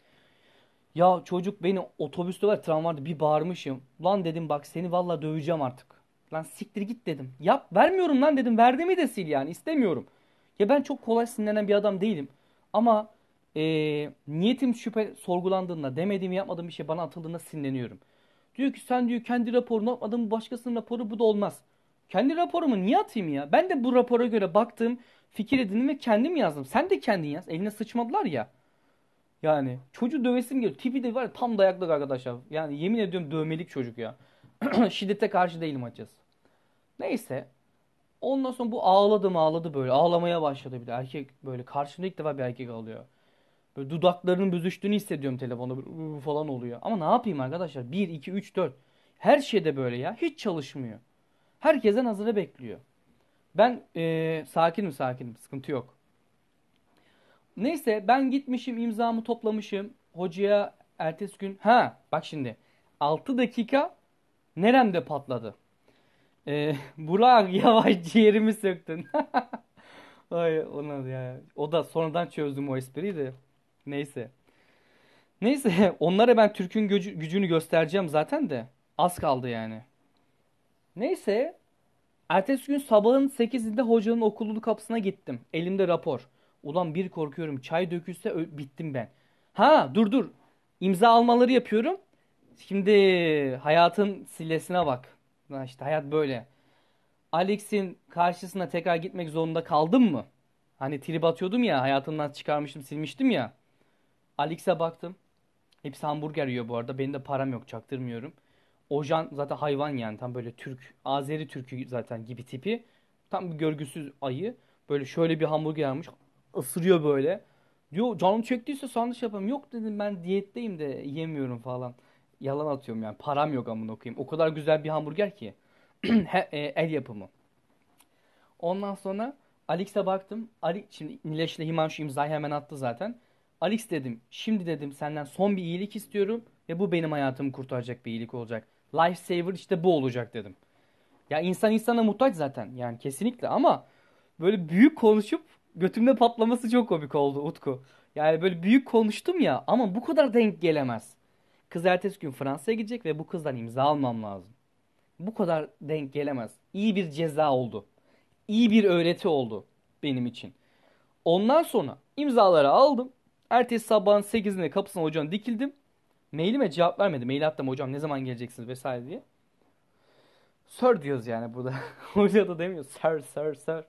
Ya çocuk beni otobüste var tramvarda bir bağırmışım. Lan dedim bak seni valla döveceğim artık. Lan siktir git dedim. Yap vermiyorum lan dedim. Verdiğimi de sil yani istemiyorum. Ya ben çok kolay sinirlenen bir adam değilim. Ama eee, niyetim şüphe sorgulandığında demediğimi yapmadığım bir şey bana atıldığında sinirleniyorum. Diyor ki sen diyor kendi raporunu atmadın, bu başkasının raporu, bu da olmaz. Kendi raporumu niye atayım ya? Ben de bu rapora göre baktım, fikir edindim ve kendim yazdım. Sen de kendin yaz. Eline sıçmadılar ya. Yani çocuğu dövesim geliyor. Tipi de var ya, tam dayaklık arkadaşlar. Yani yemin ediyorum dövmelik çocuk ya. Şiddete karşı değilim açıkçası. Neyse. Ondan sonra bu ağladı mı ağladı böyle. Ağlamaya başladı bir de. Erkek böyle. Karşımda ilk defa bir erkek ağlıyor. Böyle dudaklarının büzüştüğünü hissediyorum telefonda. Böyle "Iı" falan oluyor. Ama ne yapayım arkadaşlar? Bir, iki, üç, dört. Her şeyde böyle ya. Hiç çalışmıyor. Herkesten hazıra bekliyor. Ben eee sakinim sakinim. Sıkıntı yok. Neyse ben gitmişim, imzamı toplamışım. Hocaya ertesi gün. Ha bak şimdi. Altı dakika neremde patladı. Eee Burak yavaş ciğerimi söktün. Ay ona ya. O da sonradan çözdüm o espriyi de. Neyse. Neyse onlara ben Türk'ün gücü- gücünü göstereceğim zaten de. Az kaldı yani. Neyse ertesi gün sabahın sekizinde hocanın okulunun kapısına gittim. Elimde rapor. Ulan bir korkuyorum çay dökülse ö- bittim ben. Ha dur dur. İmza almaları yapıyorum. Şimdi hayatın sillesine bak. Ha işte hayat böyle. Alex'in karşısına tekrar gitmek zorunda kaldım mı? Hani trip atıyordum ya, hayatımdan çıkarmıştım silmiştim ya. Alex'e baktım. Hepsi hamburger yiyor bu arada. Benim de param yok, çaktırmıyorum. Ojan zaten hayvan yani, tam böyle Türk. Azeri Türk'ü zaten gibi tipi. Tam bir görgüsüz ayı. Böyle şöyle bir hamburger almış. Isırıyor böyle. Diyor canım çektiyse sandviç yapayım. Yok dedim ben diyetteyim de yemiyorum falan. Yalan atıyorum yani. Param yok amına koyayım. O kadar güzel bir hamburger ki. He- e, El yapımı. Ondan sonra Alix'e baktım. Ali, şimdi Nileş'le Himanshu imzayı hemen attı zaten. Alex dedim. Şimdi dedim senden son bir iyilik istiyorum. Ve bu benim hayatımı kurtaracak bir iyilik olacak. Lifesaver işte bu olacak dedim. Ya insan insana muhtaç zaten. Yani kesinlikle ama böyle büyük konuşup götümde patlaması çok komik oldu Utku. Yani böyle büyük konuştum ya ama bu kadar denk gelemez. Kız ertesi gün Fransa'ya gidecek ve bu kızdan imza almam lazım. Bu kadar denk gelemez. İyi bir ceza oldu. İyi bir öğreti oldu benim için. Ondan sonra imzaları aldım. Ertesi sabahın sekizinde kapısına hocanın dikildim. Mailime cevap vermedi. Mail attım hocam ne zaman geleceksiniz vesaire diye. Sir diyoruz yani burada. Hoca da demiyor. Sir, sir, sir.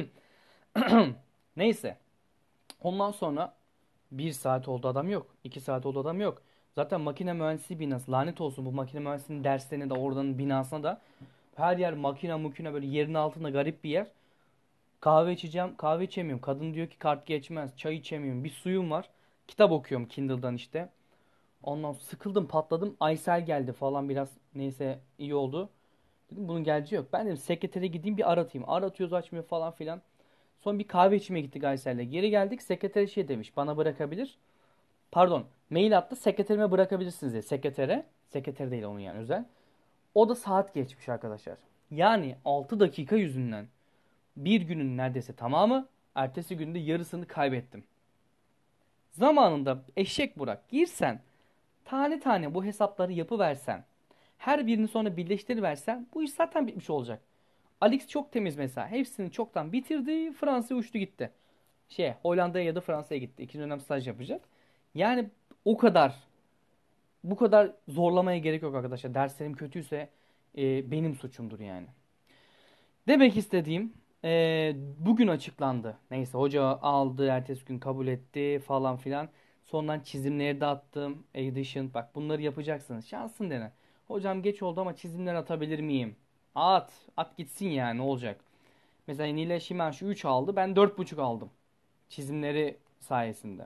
Neyse. Ondan sonra bir saat oldu adam yok. iki saat oldu adam yok. Zaten makine mühendisliği binası. Lanet olsun bu makine mühendisliğinin derslerine de oradanın binasına da. Her yer makine mukine böyle yerin altında garip bir yer. Kahve içeceğim. Kahve içemiyorum. Kadın diyor ki kart geçmez. Çay içemiyorum. Bir suyum var. Kitap okuyorum Kindle'dan işte. Ondan sonra sıkıldım patladım. Aysel geldi falan biraz. Neyse iyi oldu. Dedim bunun geleceği yok. Ben dedim sekretere gideyim bir aratayım. Aratıyoruz açmıyor falan filan. Son bir kahve içmeye gittik Aysel'le. Geri geldik. Sekreter şey demiş. Bana bırakabilir. Pardon. Mail attı. Sekreterime bırakabilirsiniz diye. Sekretere. Sekreter değil onun yani özel. O da saat geçmiş arkadaşlar. Yani altı dakika yüzünden bir günün neredeyse tamamı, ertesi günde yarısını kaybettim. Zamanında eşek Burak girsen, tane tane bu hesapları yapıversen, her birini sonra birleştiriversen bu iş zaten bitmiş olacak. Alex çok temiz mesela. Hepsini çoktan bitirdi. Fransa'ya uçtu gitti. Şey Hollanda'ya ya da Fransa'ya gitti. İkinci dönem staj yapacak. Yani o kadar bu kadar zorlamaya gerek yok arkadaşlar. Derslerim kötüyse e, benim suçumdur yani. Demek istediğim eee, bugün açıklandı. Neyse hoca aldı, ertesi gün kabul etti falan filan. Sondan çizimleri de attım. Edition bak bunları yapacaksınız. Şansın dene. Hocam geç oldu ama çizimler atabilir miyim? At. At gitsin yani ne olacak? Mesela Nile Şimen şu üç aldı. Ben dört buçuk aldım. Çizimleri sayesinde.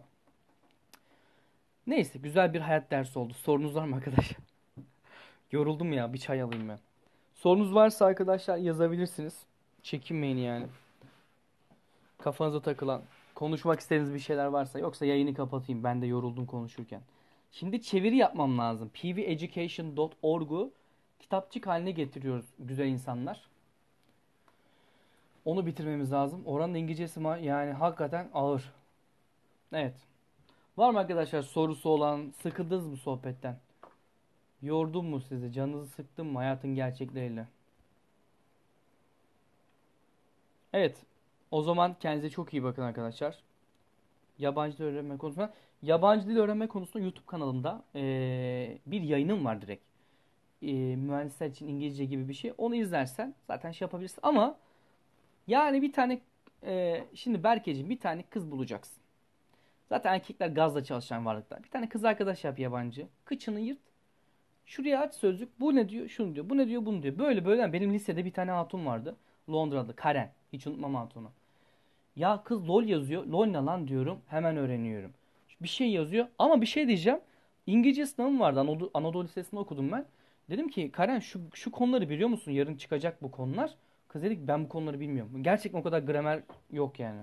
Neyse güzel bir hayat dersi oldu. Sorunuz var mı arkadaşlar? Yoruldum ya bir çay alayım ben. Sorunuz varsa arkadaşlar yazabilirsiniz. Çekinmeyin yani. Kafanıza takılan, konuşmak istediğiniz bir şeyler varsa, yoksa yayını kapatayım. Ben de yoruldum konuşurken. Şimdi çeviri yapmam lazım. p v education nokta org'u kitapçık haline getiriyoruz güzel insanlar. Onu bitirmemiz lazım. Oranın İngilizcesi ma- yani hakikaten ağır. Evet. Var mı arkadaşlar sorusu olan, sıkıldınız mı sohbetten? Yordum mu sizi? Canınızı sıktım mı hayatın gerçekleriyle? Evet. O zaman kendinize çok iyi bakın arkadaşlar. Yabancı dil öğrenme konusunda. Yabancı dil öğrenme konusunda YouTube kanalımda eee, bir yayınım var direkt. e, mühendisler için İngilizce gibi bir şey. Onu izlersen zaten şey yapabilirsin. Ama yani bir tane e, şimdi Berkeciğim bir tane kız bulacaksın. Zaten erkekler gazla çalışan varlıklar. Bir tane kız arkadaş yap yabancı. Kıçını yırt. Şuraya aç sözlük. Bu ne diyor? Şunu diyor. Bu ne diyor? Bunu diyor. Böyle böyle. Yani benim lisede bir tane hatun vardı. Londra'da. Karen. Hiç unutmam hatunu. Ya kız LOL yazıyor. LOL ne lan diyorum. Hemen öğreniyorum. Bir şey yazıyor. Ama bir şey diyeceğim. İngilizce sınavım vardı. Anadolu, Anadolu Lisesi'nde okudum ben. Dedim ki Karen şu, şu konuları biliyor musun? Yarın çıkacak bu konular. Kız dedi ki ben bu konuları bilmiyorum. Gerçekten o kadar gramer yok yani.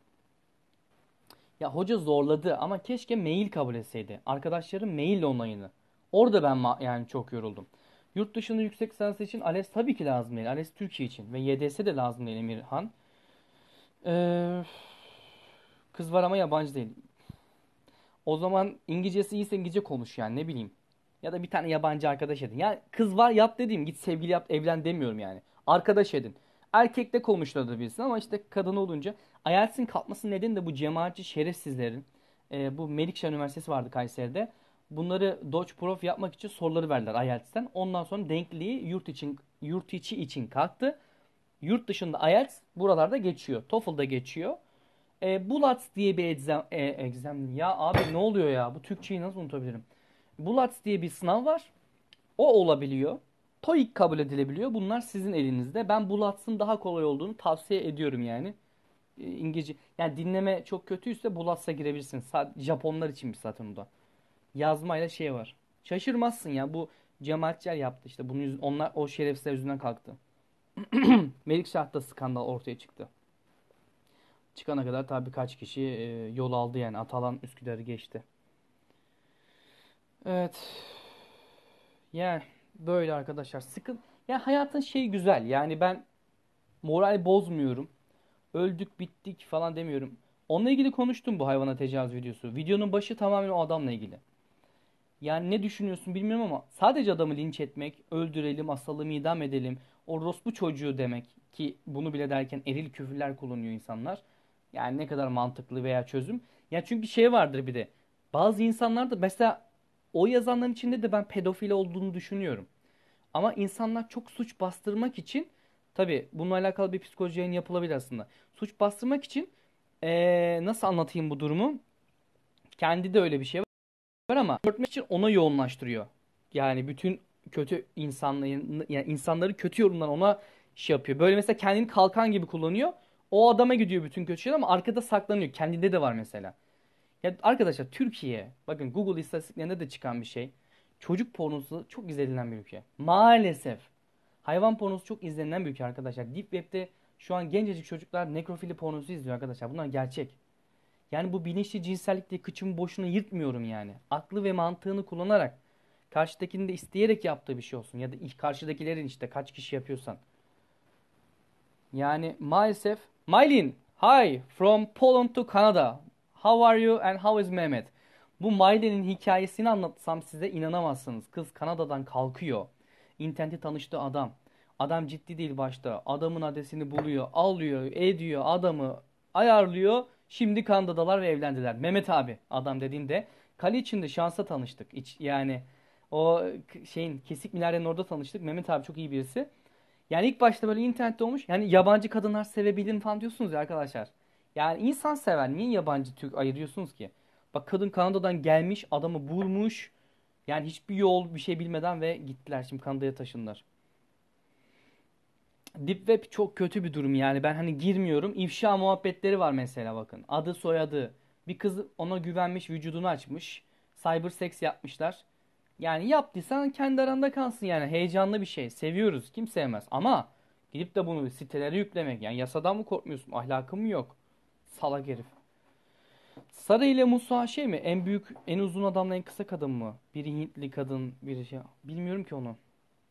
Ya hoca zorladı ama keşke mail kabul etseydi. Arkadaşlarım mail onayını. Orada ben ma- yani çok yoruldum. Yurt dışında yüksek lisans için ALES tabii ki lazım değil. ALES Türkiye için ve Y D S de lazım değil Emirhan. Ee, Kız var ama yabancı değil. O zaman İngilizcesi iyiyse İngilizce konuş yani ne bileyim. Ya da bir tane yabancı arkadaş edin. Ya kız var yap dediğim git sevgili yap evlen demiyorum yani. Arkadaş edin. Erkekle konuşturabilirsin bilsin ama işte kadın olunca I E L T S'in kalkması nedeni de bu cemaatçi şerefsizlerin e, bu Melikşah Üniversitesi vardı Kayseri'de. Bunları Dodge Prof yapmak için soruları verdiler I E L T S'ten. Ondan sonra denkliği yurt için yurt içi için kalktı. Yurt dışında I E L T S buralarda geçiyor. TOEFL'da geçiyor. E, Bulat diye bir egzam, e, egzam ya abi ne oluyor ya? Bu Türkçeyi nasıl unutabilirim? Bulat diye bir sınav var. O olabiliyor. TOEIC kabul edilebiliyor. Bunlar sizin elinizde. Ben Bulats'ın daha kolay olduğunu tavsiye ediyorum yani. E, İngilizce. Yani dinleme çok kötüyse Bulats'a girebilirsin. Sa- Japonlar içinmiş zaten o da. Yazmayla şey var. Şaşırmazsın ya. Bu cemaatçiler yaptı işte. Bunun yüz- onlar o şerefsizler yüzünden kalktı. Melikşah'ta skandal ortaya çıktı. Çıkana kadar tabii kaç kişi e, yol aldı yani. Atalan Üsküdar'ı geçti. Evet. Yani böyle arkadaşlar. Sıkın. Ya hayatın şey güzel. Yani ben moral bozmuyorum. Öldük bittik falan demiyorum. Onunla ilgili konuştum bu hayvana tecavüz videosu. Videonun başı tamamen o adamla ilgili. Yani ne düşünüyorsun bilmiyorum ama sadece adamı linç etmek, öldürelim, asalım, idam edelim, orospu çocuğu demek ki bunu bile derken eril küfürler kullanıyor insanlar. Yani ne kadar mantıklı veya çözüm. Ya çünkü şey vardır bir de. Bazı insanlar da mesela o yazanların içinde de ben pedofil olduğunu düşünüyorum. Ama insanlar çok suç bastırmak için tabii bununla alakalı bir psikoloji yayını yapılabilir aslında. Suç bastırmak için eee, nasıl anlatayım bu durumu? Kendi de öyle bir şey var ama örtmek için ona yoğunlaştırıyor. Yani bütün kötü insanların yani insanları kötü yorumdan ona şey yapıyor. Böyle mesela kendini kalkan gibi kullanıyor. O adama gidiyor bütün kötü şeyler ama arkada saklanıyor. Kendinde de var mesela. Ya arkadaşlar Türkiye bakın Google istatistiklerinde de çıkan bir şey. Çocuk pornosu çok izlenilen bir ülke. Maalesef. Hayvan pornosu çok izlenilen bir ülke arkadaşlar. Deep Web'de şu an gencecik çocuklar nekrofili pornosu izliyor arkadaşlar. Bunlar gerçek. Yani bu bilinçli cinsellik diye kıçımı boşuna yırtmıyorum yani. Aklı ve mantığını kullanarak karşıdakinin de isteyerek yaptığı bir şey olsun. Ya da karşıdakilerin işte kaç kişi yapıyorsan. Yani maalesef. Maylin, hi from Poland to Canada. How are you and how is Mehmet? Bu Maylin'in hikayesini anlatsam size inanamazsınız. Kız Kanada'dan kalkıyor. İnternette tanıştığı adam. Adam ciddi değil başta. Adamın adresini buluyor, alıyor, ediyor, adamı ayarlıyor. Şimdi Kanada'dalar ve evlendiler. Mehmet abi adam dediğinde kale içinde şansa tanıştık. İç, yani o şeyin Kesik Minare'nin orada tanıştık. Mehmet abi çok iyi birisi. Yani ilk başta böyle internette olmuş. Yani yabancı kadınlar sevebilir falan diyorsunuz ya arkadaşlar. Yani insan sever. Niye yabancı Türk ayırıyorsunuz ki? Bak kadın Kanada'dan gelmiş, adamı bulmuş. Yani hiçbir yol bir şey bilmeden ve gittiler. Şimdi Kanada'ya taşındılar. Deep Web çok kötü bir durum yani. Ben hani girmiyorum. İfşa muhabbetleri var mesela bakın. Adı soyadı. Bir kız ona güvenmiş, vücudunu açmış. Cyber seks yapmışlar. Yani yaptıysan kendi aranda kalsın yani. Heyecanlı bir şey. Seviyoruz. Kim sevmez. Ama gidip de bunu sitelere yüklemek. Yani yasadan mı korkmuyorsun? Ahlakın mı yok? Salak herif. Sarı ile Musa şey mi? En büyük, en uzun adamla en kısa kadın mı? Biri Hintli kadın, biri şey. Bilmiyorum ki onu.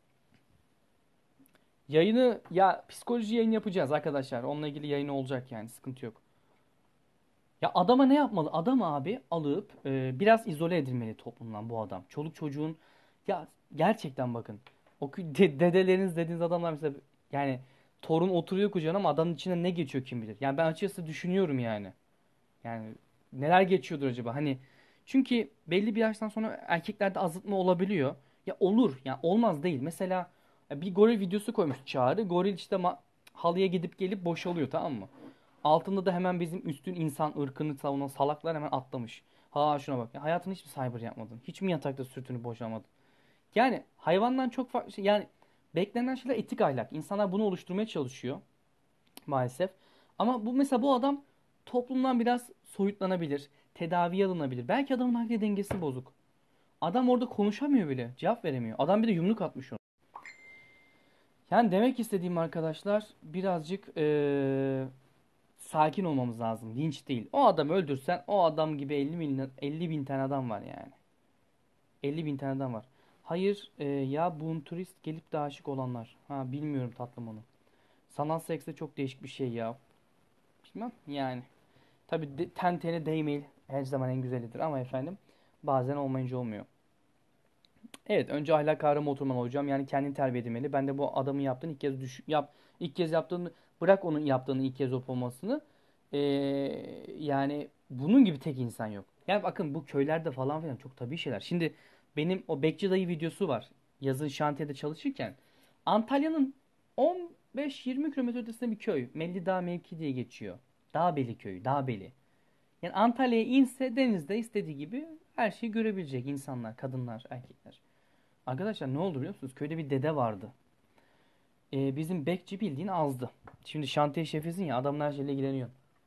Yayını ya psikoloji yayını yapacağız arkadaşlar. Onunla ilgili yayın olacak yani. Sıkıntı yok. Ya adama ne yapmalı? Adam abi alıp e, biraz izole edilmeli toplumdan bu adam. Çoluk çocuğun ya gerçekten bakın. O kü- de- dedeleriniz dediğiniz adamlar mesela yani torun oturuyor kucağına ama adamın içinde ne geçiyor kim bilir. Yani ben açıkçası düşünüyorum yani. Yani neler geçiyordur acaba? Hani çünkü belli bir yaştan sonra erkeklerde azaltma olabiliyor. Ya olur. Ya olmaz değil. Mesela ya bir goril videosu koymuş Çağrı. Goril işte ma- halıya gidip gelip boşalıyor, tamam mı? Altında da hemen bizim üstün insan ırkını savunan salaklar hemen atlamış. Ha şuna bak. Ya hayatını hiç mi cyber yapmadın? Hiç mi yatakta sürtünüp boşalmadın? Yani hayvandan çok farklı şey. Yani beklenen şeyler etik ahlak. İnsanlar bunu oluşturmaya çalışıyor maalesef. Ama bu mesela bu adam toplumdan biraz soyutlanabilir. Tedaviye alınabilir. Belki adamın akli dengesi bozuk. Adam orada konuşamıyor bile. Cevap veremiyor. Adam bir de yumruk atmış ona. Yani demek istediğim arkadaşlar birazcık eee, sakin olmamız lazım. Linç değil. O adamı öldürsen o adam gibi elli bin, elli bin tane adam var yani. elli bin tane adam var. Hayır eee, ya bu turist gelip de aşık olanlar. Ha bilmiyorum tatlım onu. Sanal seks de çok değişik bir şey ya. Bilmem yani. Tabii de, ten tene değmeyil her zaman en güzelidir ama efendim bazen olmayınca olmuyor. Evet, önce ahlak kavramı oturmalı hocam. Yani kendini terbiye edilmeli. Ben de bu adamın yaptığını ilk kez düş yap ilk kez yaptığını bırak, onun yaptığını ilk kez olmasını. Ee, Yani bunun gibi tek insan yok. Yani bakın bu köylerde falan filan çok tabii şeyler. Şimdi benim o Bekçi Dayı videosu var. Yazın şantiyede çalışırken Antalya'nın on beş yirmi kilometre ötesinde bir köy. Mellidağ mevki diye geçiyor. Dağbeli köyü, Dağbeli. Yani Antalya'ya inse denizde istediği gibi her şeyi görebilecek insanlar, kadınlar, erkekler. Arkadaşlar ne oldu biliyor musunuz? Köyde bir dede vardı. Ee, bizim bekçi bildiğin azdı. Şimdi şantiye şefisin ya, adamın her şeyle ilgileniyor.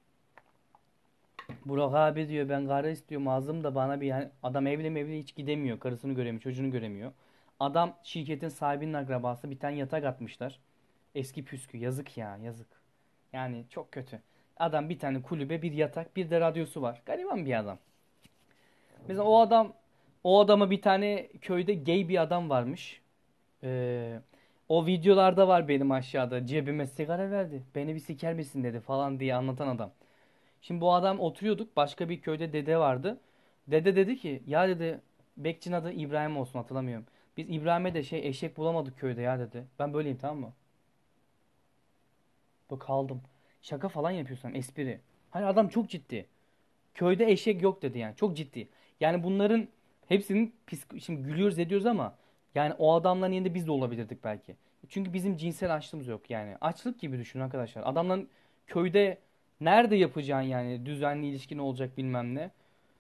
Burak abi diyor, ben karı istiyorum, ağzım da bana bir, yani adam evli mevli hiç gidemiyor. Karısını göremiyor, çocuğunu göremiyor. Adam şirketin sahibinin akrabası, bir tane yatak atmışlar. Eski püskü, yazık ya, yazık. Yani çok kötü. Adam bir tane kulübe, bir yatak, bir de radyosu var. Gariban bir adam. Mesela o adam o adama bir tane köyde gay bir adam varmış. Ee, O videolarda var benim aşağıda. Cebime sigara verdi. Beni bir siker misin dedi falan diye anlatan adam. Şimdi bu adam oturuyorduk. Başka bir köyde dede vardı. Dede dedi ki ya dedi, bekçinin adı İbrahim olsun, hatırlamıyorum. Biz İbrahim'e de şey eşek bulamadık köyde ya dedi. Ben böyleyim, tamam mı? Bak kaldım. Şaka falan yapıyorsam espri. Hani adam çok ciddi. Köyde eşek yok dedi yani. Çok ciddi. Yani bunların hepsinin psik- şimdi gülüyoruz ediyoruz ama yani o adamların yerinde biz de olabilirdik belki. Çünkü bizim cinsel açlığımız yok yani. Açlık gibi düşünün arkadaşlar. Adamların köyde nerede yapacağın yani düzenli ilişkin olacak bilmem ne.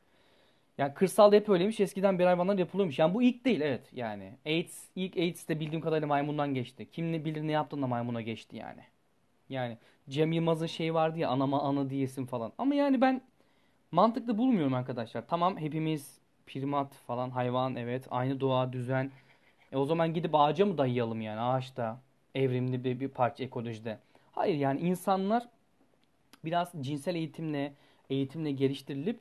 Yani kırsalda hep öyleymiş. Eskiden bir hayvanlar yapılıyormuş. Yani bu ilk değil, evet yani. AIDS, ilk AIDS de bildiğim kadarıyla maymundan geçti. Kim ne bilir ne yaptığında maymuna geçti yani. Yani Cem Yılmaz'ın şeyi vardı ya, anama ana diyesin falan. Ama yani ben mantıklı bulmuyorum arkadaşlar. Tamam, hepimiz primat falan, hayvan, evet, aynı doğa düzen. E o zaman gidip ağaca mı dayayalım yani, ağaçta evrimli bir, bir parça ekolojide. Hayır yani insanlar biraz cinsel eğitimle eğitimle geliştirilip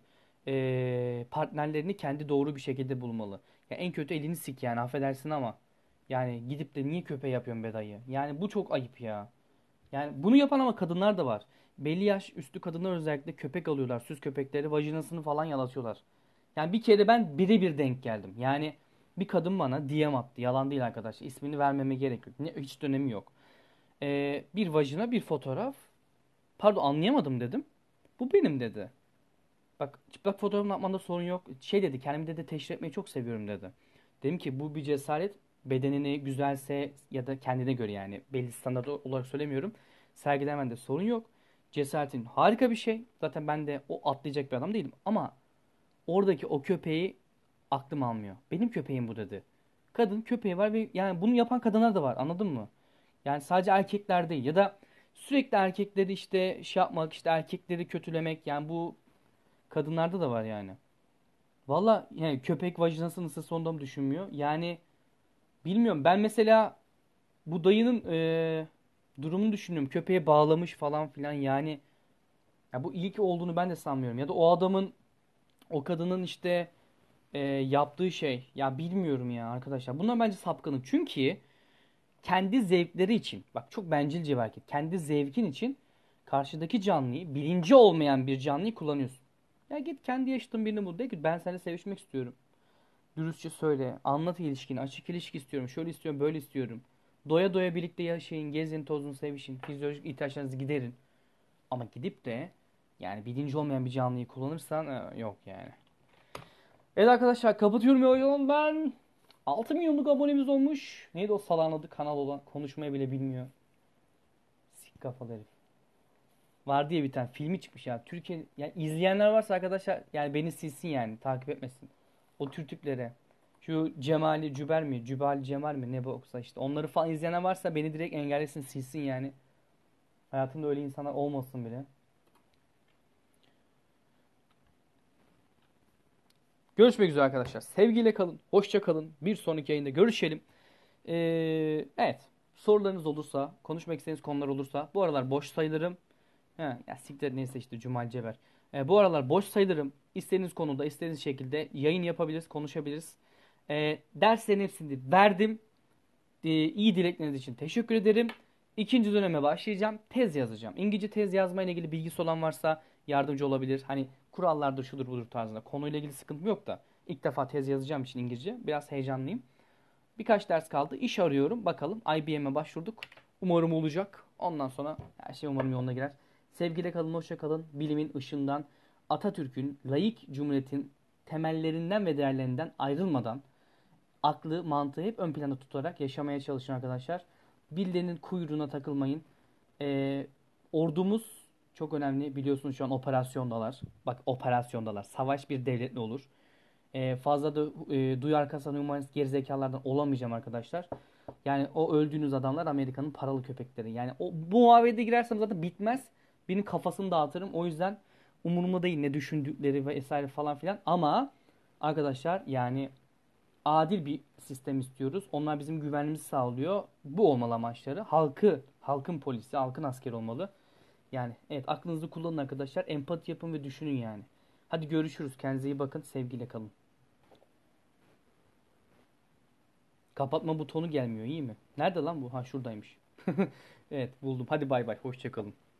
e, partnerlerini kendi doğru bir şekilde bulmalı. Ya en kötü elini sik yani, affedersin ama yani gidip de niye köpeği yapıyorsun be dayı? Yani bu çok ayıp ya. Yani bunu yapan ama kadınlar da var. Belli yaş üstü kadınlar özellikle köpek alıyorlar. Süs köpekleri vajinasını falan yalatıyorlar. Yani bir kere ben birebir denk geldim. Yani bir kadın bana D M attı. Yalan değil arkadaşlar. İsmini vermeme gerek yok. Ne, hiç dönemi yok. Ee, bir vajina, bir fotoğraf. Pardon, anlayamadım dedim. Bu benim dedi. Bak çıplak fotoğrafını atmanda sorun yok. Şey dedi, kendimi dedi teşhir etmeyi çok seviyorum dedi. Dedim ki bu bir cesaret. Bedenini güzelse ya da kendine göre, yani belli standart olarak söylemiyorum. Sergilemende sorun yok. Cesaretin harika bir şey. Zaten ben de o atlayacak bir adam değilim. Ama oradaki o köpeği aklım almıyor. Benim köpeğim bu dedi. Kadın köpeği var ve yani bunu yapan kadınlar da var, anladın mı? Yani sadece erkekler değil ya da sürekli erkekleri işte şey yapmak, işte erkekleri kötülemek, yani bu kadınlarda da var yani. Valla yani köpek vajinasını ise sonunda mı düşünmüyor? Yani bilmiyorum. Ben mesela bu dayının eee, durumunu düşünüyorum. Köpeğe bağlamış falan filan yani. Ya bu iyi ki olduğunu ben de sanmıyorum. Ya da o adamın, o kadının işte eee, yaptığı şey. Ya bilmiyorum ya arkadaşlar. Bunlar bence sapkınlık. Çünkü kendi zevkleri için. Bak çok bencilce bir hareket. Kendi zevkin için karşıdaki canlıyı, bilinci olmayan bir canlıyı kullanıyorsun. Ya git kendi yaşadığın birini bul. De ki ben seninle sevişmek istiyorum. Dürüstçe söyle. Anlat ilişkini. Açık ilişki istiyorum. Şöyle istiyorum, böyle istiyorum. Doya doya birlikte yaşayın, gezin, tozun, sevişin. Fizyolojik ihtiyaçlarınızı giderin. Ama gidip de yani bilinci olmayan bir canlıyı kullanırsan e, yok yani. Evet arkadaşlar, kapatıyorum yolunu ben. altı milyonluk abonemiz olmuş. Neydi o salağın adı, kanal olan, konuşmayı bile bilmiyor. Sik kafalı herif. Var diye bir tane filmi çıkmış ya. Türkiye yani izleyenler varsa arkadaşlar yani beni silsin yani takip etmesin. O tür tiplere. Şu Cemali Cüber mi? Cübali Cemal mi? Ne boksa işte. Onları falan izleyenler varsa beni direkt engellesin, silsin yani. Hayatımda öyle insanlar olmasın bile. Görüşmek üzere arkadaşlar. Sevgiyle kalın. Hoşça kalın. Bir sonraki yayında görüşelim. Ee, evet. Sorularınız olursa, konuşmak istediğiniz konular olursa bu aralar boş sayılırım. He, ya siktir neyse işte Cumal Ceber. Ee, bu aralar boş sayılırım. İstediğiniz konuda, istediğiniz şekilde yayın yapabiliriz, konuşabiliriz. Ee, derslerin hepsini verdim. Ee, iyi dilekleriniz için teşekkür ederim. İkinci döneme başlayacağım. Tez yazacağım. İngilizce tez yazmayla ilgili bilgisi olan varsa yardımcı olabilir. Hani kurallardır, şudur budur tarzında. Konuyla ilgili sıkıntım yok da. İlk defa tez yazacağım için İngilizce. Biraz heyecanlıyım. Birkaç ders kaldı. İş arıyorum. Bakalım I B M'e başvurduk. Umarım olacak. Ondan sonra her şey umarım yoluna girer. Sevgiyle kalın, hoşça kalın. Bilimin ışığından, Atatürk'ün, laik cumhuriyetin temellerinden ve değerlerinden ayrılmadan aklı, mantığı hep ön planda tutarak yaşamaya çalışın arkadaşlar. Birilerinin kuyruğuna takılmayın. Ee, ordumuz çok önemli. Biliyorsunuz şu an operasyondalar. Bak operasyondalar. Savaş bir devletle olur. Ee, fazla da e, duyar kasan humanist gerizekalardan olamayacağım arkadaşlar. Yani o öldüğünüz adamlar Amerika'nın paralı köpekleri. Yani o bu muhabbete girersem zaten bitmez. Benim kafasını dağıtırım. O yüzden umurumda değil ne düşündükleri vesaire falan filan. Ama arkadaşlar yani adil bir sistem istiyoruz. Onlar bizim güvenliğimizi sağlıyor. Bu olmalı amaçları. Halkı, halkın polisi, halkın askeri olmalı. Yani evet aklınızı kullanın arkadaşlar. Empati yapın ve düşünün yani. Hadi görüşürüz. Kendinize iyi bakın. Sevgiyle kalın. Kapatma butonu gelmiyor iyi mi? Nerede lan bu? Ha şuradaymış. Evet buldum. Hadi bay bay. Hoşça kalın.